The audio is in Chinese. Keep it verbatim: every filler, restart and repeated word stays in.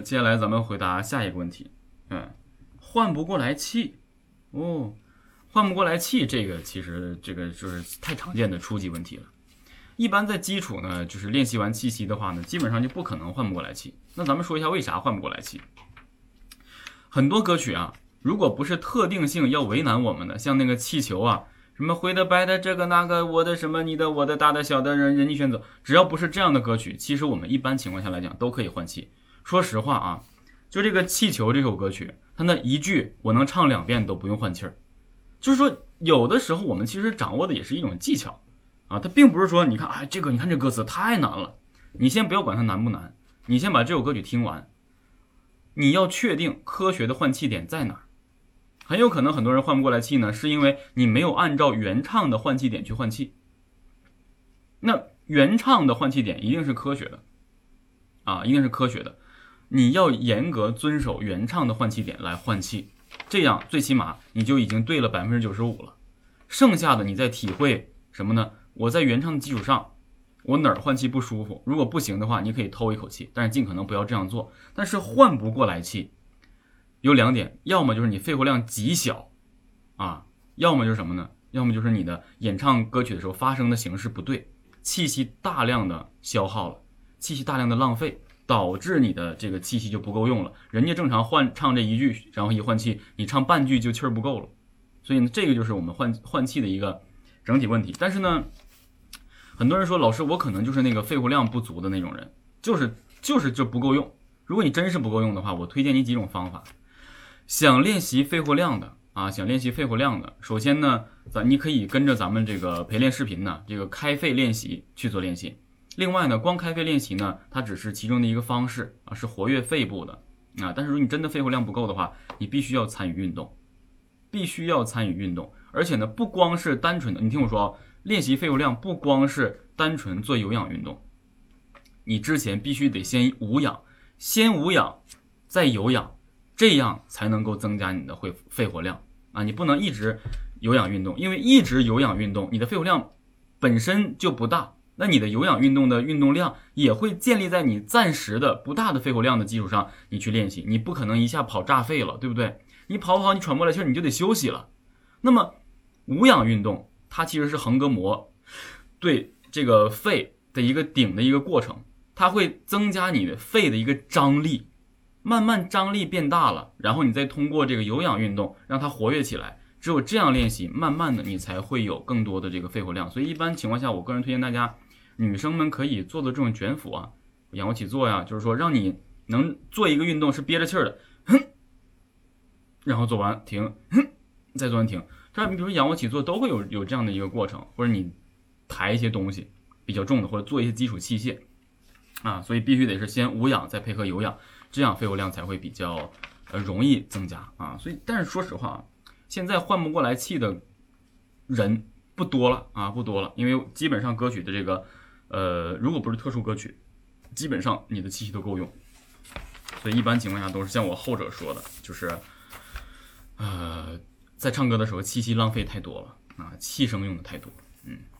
接下来咱们回答下一个问题。嗯，换不过来气哦，换不过来气，这个其实这个就是太常见的初级问题了。一般在基础呢，就是练习完气息的话呢，基本上就不可能换不过来气。那咱们说一下为啥换不过来气。很多歌曲啊，如果不是特定性要为难我们的，像那个气球啊，什么灰的白的这个那个我的什么你的我的大的小的人任你选择，只要不是这样的歌曲，其实我们一般情况下来讲都可以换气。说实话啊，就这个气球这首歌曲，它那一句我能唱两遍都不用换气儿。就是说有的时候我们其实掌握的也是一种技巧啊，它并不是说你看哎这个你看这歌词太难了，你先不要管它难不难，你先把这首歌曲听完，你要确定科学的换气点在哪儿。很有可能很多人换不过来气呢，是因为你没有按照原唱的换气点去换气。那原唱的换气点一定是科学的啊，一定是科学的。你要严格遵守原唱的换气点来换气，这样最起码你就已经对了 百分之九十五 了。剩下的你再体会什么呢？我在原唱的基础上，我哪儿换气不舒服，如果不行的话，你可以偷一口气，但是尽可能不要这样做。但是换不过来气有两点，要么就是你肺活量极小啊，要么就是什么呢？要么就是你的演唱歌曲的时候发声的形式不对，气息大量的消耗了，气息大量的浪费，导致你的这个气息就不够用了。人家正常换唱这一句，然后一换气，你唱半句就气儿不够了。所以呢，这个就是我们换换气的一个整体问题。但是呢，很多人说老师，我可能就是那个肺活量不足的那种人，就是就是就不够用。如果你真是不够用的话，我推荐你几种方法。想练习肺活量的啊，想练习肺活量的，首先呢，咱你可以跟着咱们这个陪练视频呢，这个开肺练习去做练习。另外呢，光开肺练习呢，它只是其中的一个方式啊，是活跃肺部的啊。但是如果你真的肺活量不够的话，你必须要参与运动，必须要参与运动。而且呢，不光是单纯的，你听我说啊，练习肺活量不光是单纯做有氧运动，你之前必须得先无氧，先无氧，再有氧。这样才能够增加你的肺肺活量啊！你不能一直有氧运动，因为一直有氧运动，你的肺活量本身就不大，那你的有氧运动的运动量也会建立在你暂时的不大的肺活量的基础上，你去练习，你不可能一下跑炸肺了，对不对？你跑跑你喘不过来气儿，你就得休息了。那么无氧运动它其实是横膈膜对这个肺的一个顶的一个过程，它会增加你的肺的一个张力。慢慢张力变大了，然后你再通过这个有氧运动让它活跃起来，只有这样练习，慢慢的你才会有更多的这个肺活量。所以一般情况下，我个人推荐大家，女生们可以做的这种卷腹啊，仰卧起坐呀，就是说让你能做一个运动是憋着气儿的，哼，然后做完停，哼，再做完停。这样你比如仰卧起坐都会有有这样的一个过程，或者你抬一些东西比较重的，或者做一些基础器械啊，所以必须得是先无氧再配合有氧。这样肺活量才会比较呃容易增加啊，所以但是说实话啊，现在换不过来气的人不多了啊，不多了，因为基本上歌曲的这个呃，如果不是特殊歌曲，基本上你的气息都够用，所以一般情况下都是像我后者说的，就是呃，在唱歌的时候气息浪费太多了啊，气声用的太多，嗯。